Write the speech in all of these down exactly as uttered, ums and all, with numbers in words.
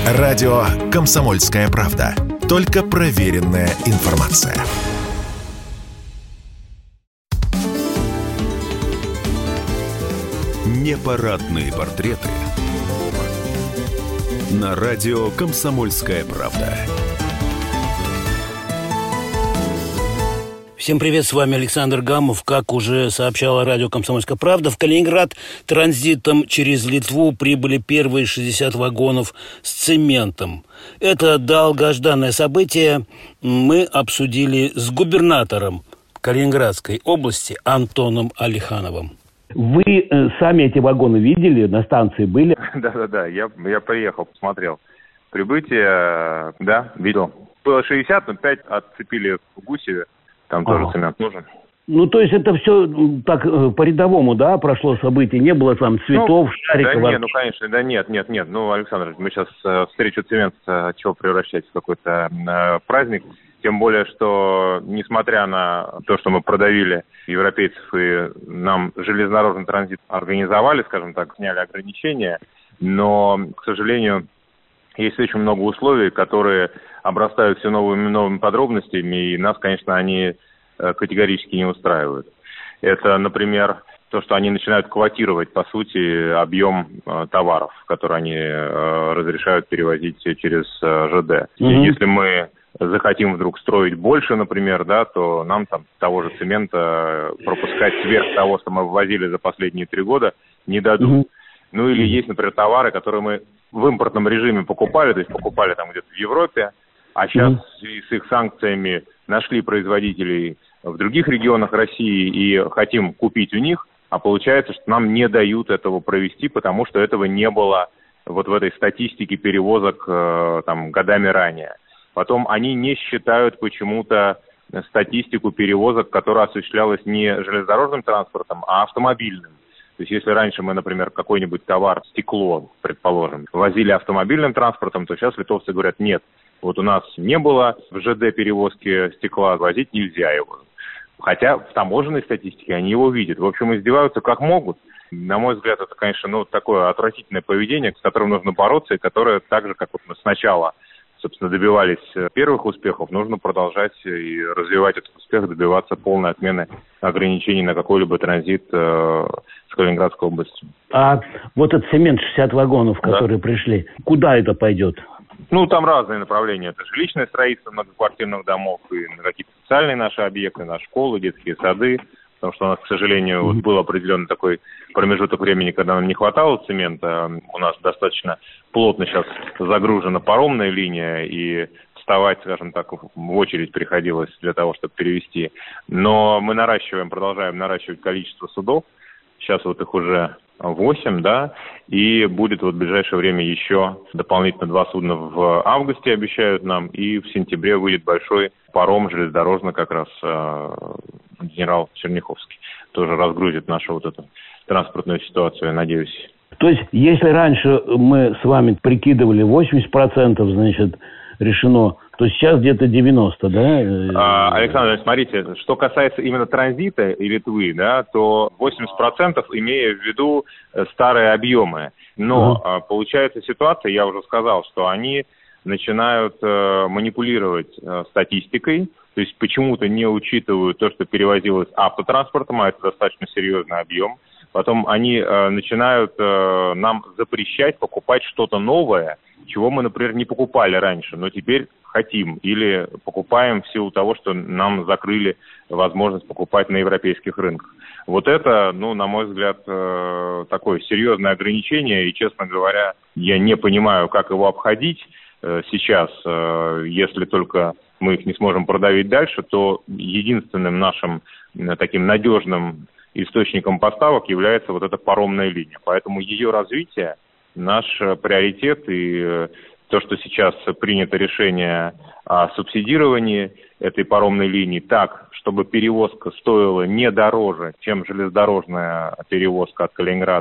Радио «Комсомольская правда». Только проверенная информация. Непарадные портреты на радио «Комсомольская правда». Всем привет, с вами Александр Гамов. Как уже сообщала радио «Комсомольская правда», в Калининград транзитом через Литву прибыли первые шестьдесят вагонов с цементом. Это долгожданное событие мы обсудили с губернатором Калининградской области Антоном Алихановым. Вы э, сами эти вагоны видели, на станции были? Да-да-да, я, я приехал, посмотрел. Прибытие, да, видел. Было шестьдесят, но пять отцепили в Гусеве. Там тоже ага. цемент нужен. Ну, то есть это все так по-рядовому, да, прошло событие? Не было там цветов, ну, шариков? Да нет, ну, конечно, да нет, нет, нет. Ну, Александр, мы сейчас э, встречу цемента, чего превращать в какой-то э, праздник. Тем более, что, несмотря на то, что мы продавили европейцев и нам железнодорожный транзит организовали, скажем так, сняли ограничения, но, к сожалению, есть очень много условий, которые обрастают все новыми новыми подробностями, и нас, конечно, они категорически не устраивают. Это, например, то, что они начинают квотировать, по сути, объем э, товаров, которые они э, разрешают перевозить через э, ЖД. Mm-hmm. Если мы захотим вдруг строить больше, например, да, то нам там того же цемента пропускать сверх того, что мы ввозили за последние три года, не дадут. Mm-hmm. Ну или есть, например, товары, которые мы в импортном режиме покупали, то есть покупали там где-то в Европе, а сейчас mm-hmm. с их санкциями нашли производителей в других регионах России и хотим купить у них, а получается, что нам не дают этого провести, потому что этого не было вот в этой статистике перевозок э, там годами ранее. Потом они не считают почему-то статистику перевозок, которая осуществлялась не железнодорожным транспортом, а автомобильным. То есть если раньше мы, например, какой-нибудь товар, стекло, предположим, возили автомобильным транспортом, то сейчас литовцы говорят, нет, вот у нас не было в ЖД перевозки стекла, возить нельзя его. Хотя в таможенной статистике они его видят. В общем, издеваются как могут. На мой взгляд, это, конечно, ну, такое отвратительное поведение, с которым нужно бороться, и которое так же, как вот мы сначала, собственно, добивались первых успехов, нужно продолжать и развивать этот успех, добиваться полной отмены ограничений на какой-либо транзит э, с Калининградской области. А вот этот цемент шестьдесят вагонов, которые да. пришли, куда это пойдет? Ну, там разные направления. Это жилищное строительство многоквартирных домов и какие-то социальные наши объекты, наши школы, детские сады. Потому что у нас, к сожалению, вот был определенный такой промежуток времени, когда нам не хватало цемента. У нас достаточно плотно сейчас загружена паромная линия, и вставать, скажем так, в очередь приходилось для того, чтобы перевезти. Но мы наращиваем, продолжаем наращивать количество судов. Сейчас вот их уже восемь, да, и будет вот в ближайшее время еще дополнительно два судна в августе, обещают нам, и в сентябре выйдет большой паром железнодорожный, как раз э, генерал Черняховский. Тоже разгрузит нашу вот эту транспортную ситуацию, я надеюсь. То есть, если раньше мы с вами прикидывали восемьдесят процентов, значит, решено, то сейчас где-то девяносто, да? А, Александр, смотрите, что касается именно транзита и Литвы, да, то восемьдесят процентов имея в виду старые объемы. Но угу. получается ситуация, я уже сказал, что они начинают э, манипулировать э, статистикой, то есть почему-то не учитывают то, что перевозилось автотранспортом, а это достаточно серьезный объем. Потом они э, начинают э, нам запрещать покупать что-то новое, чего мы, например, не покупали раньше, но теперь хотим или покупаем в силу того, что нам закрыли возможность покупать на европейских рынках. Вот это, ну, на мой взгляд, э, такое серьезное ограничение, и, честно говоря, я не понимаю, как его обходить э, сейчас, э, если только мы их не сможем продавить дальше, то единственным нашим э, таким надежным источником поставок является вот эта паромная линия. Поэтому ее развитие наш приоритет, и то, что сейчас принято решение о субсидировании этой паромной линии так, чтобы перевозка стоила не дороже, чем железнодорожная перевозка от Калининграда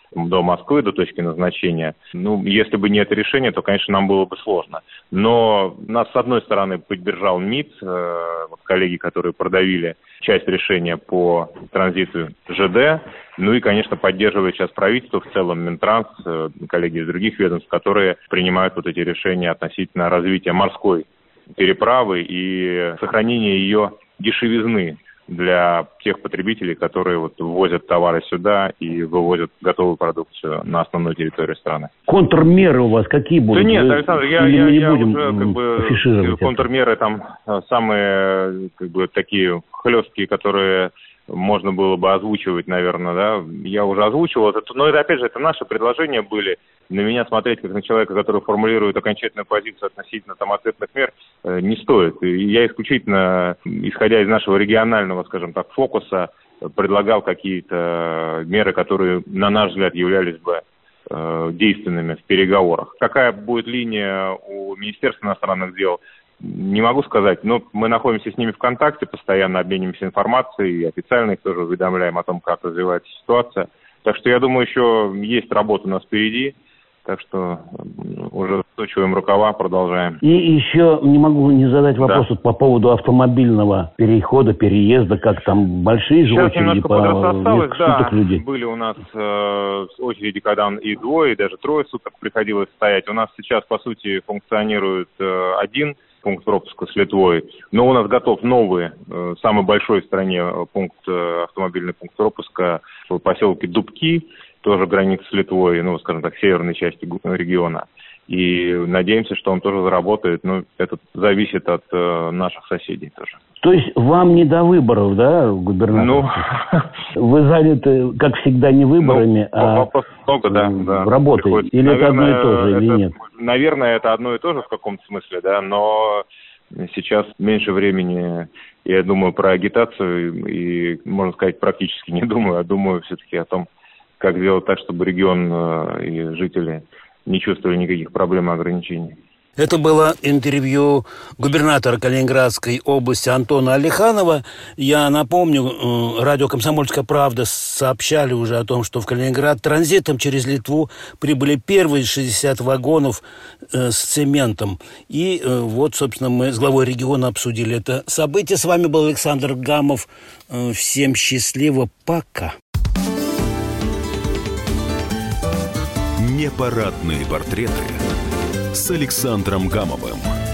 до Москвы, до точки назначения. Ну, если бы не это решение, то, конечно, нам было бы сложно. Но нас, с одной стороны, поддержал МИД, э, вот коллеги, которые продавили часть решения по транзиту ЖД. Ну и, конечно, поддерживает сейчас правительство, в целом Минтранс, э, коллеги из других ведомств, которые принимают вот эти решения относительно развития морской переправы и сохранения ее дешевизны для тех потребителей, которые вот ввозят товары сюда и вывозят готовую продукцию на основную территорию страны. Контрмеры у вас какие будут? Да нет, Вы, Александр, я, или я, мы не я будем уже как бы контрмеры там самые как бы такие хлесткие, которые можно было бы озвучивать, наверное, да. Я уже озвучивал это, но это, опять же, это наши предложения были. На меня смотреть, как на человека, который формулирует окончательную позицию относительно там ответных мер, не стоит. И я исключительно, исходя из нашего регионального, скажем так, фокуса, предлагал какие-то меры, которые, на наш взгляд, являлись бы э, действенными в переговорах. Какая будет линия у Министерства иностранных дел, не могу сказать, но мы находимся с ними в контакте, постоянно обмениваемся информацией, и официально их тоже уведомляем о том, как развивается ситуация. Так что, я думаю, еще есть работа у нас впереди, так что уже сточиваем рукава, продолжаем. И еще не могу не задать вопрос да. вот по поводу автомобильного перехода, переезда, как там большие же Сейчас очереди по несколько да, суток людей. Были у нас э, очереди, когда и двое, и даже трое суток приходилось стоять. У нас сейчас, по сути, функционирует э, один пункт пропуска с Литвой, но у нас готов новый, э, самый большой в стране пункт, э, автомобильный пункт пропуска в поселке Дубки, тоже граница с Литвой, ну, скажем так, северной части региона. И надеемся, что он тоже заработает, но это зависит от э, наших соседей тоже. То есть вам не до выборов, да, губернатор? Ну, вы заняты, как всегда, не выборами, ну, а вопрос много, да, да. работой? Приходится. Или наверное, это одно и то же, это, или нет? Наверное, это одно и то же в каком-то смысле, да, но сейчас меньше времени, я думаю, про агитацию, и, можно сказать, практически не думаю, а думаю все-таки о том, как сделать так, чтобы регион и жители не чувствовали никаких проблем и ограничений. Это было интервью губернатора Калининградской области Антона Алиханова. Я напомню, радио «Комсомольская правда» сообщали уже о том, что в Калининград транзитом через Литву прибыли первые шестьдесят вагонов с цементом. И вот, собственно, мы с главой региона обсудили это событие. С вами был Александр Гамов. Всем счастливо. Пока. Непарадные портреты с Александром Гамовым.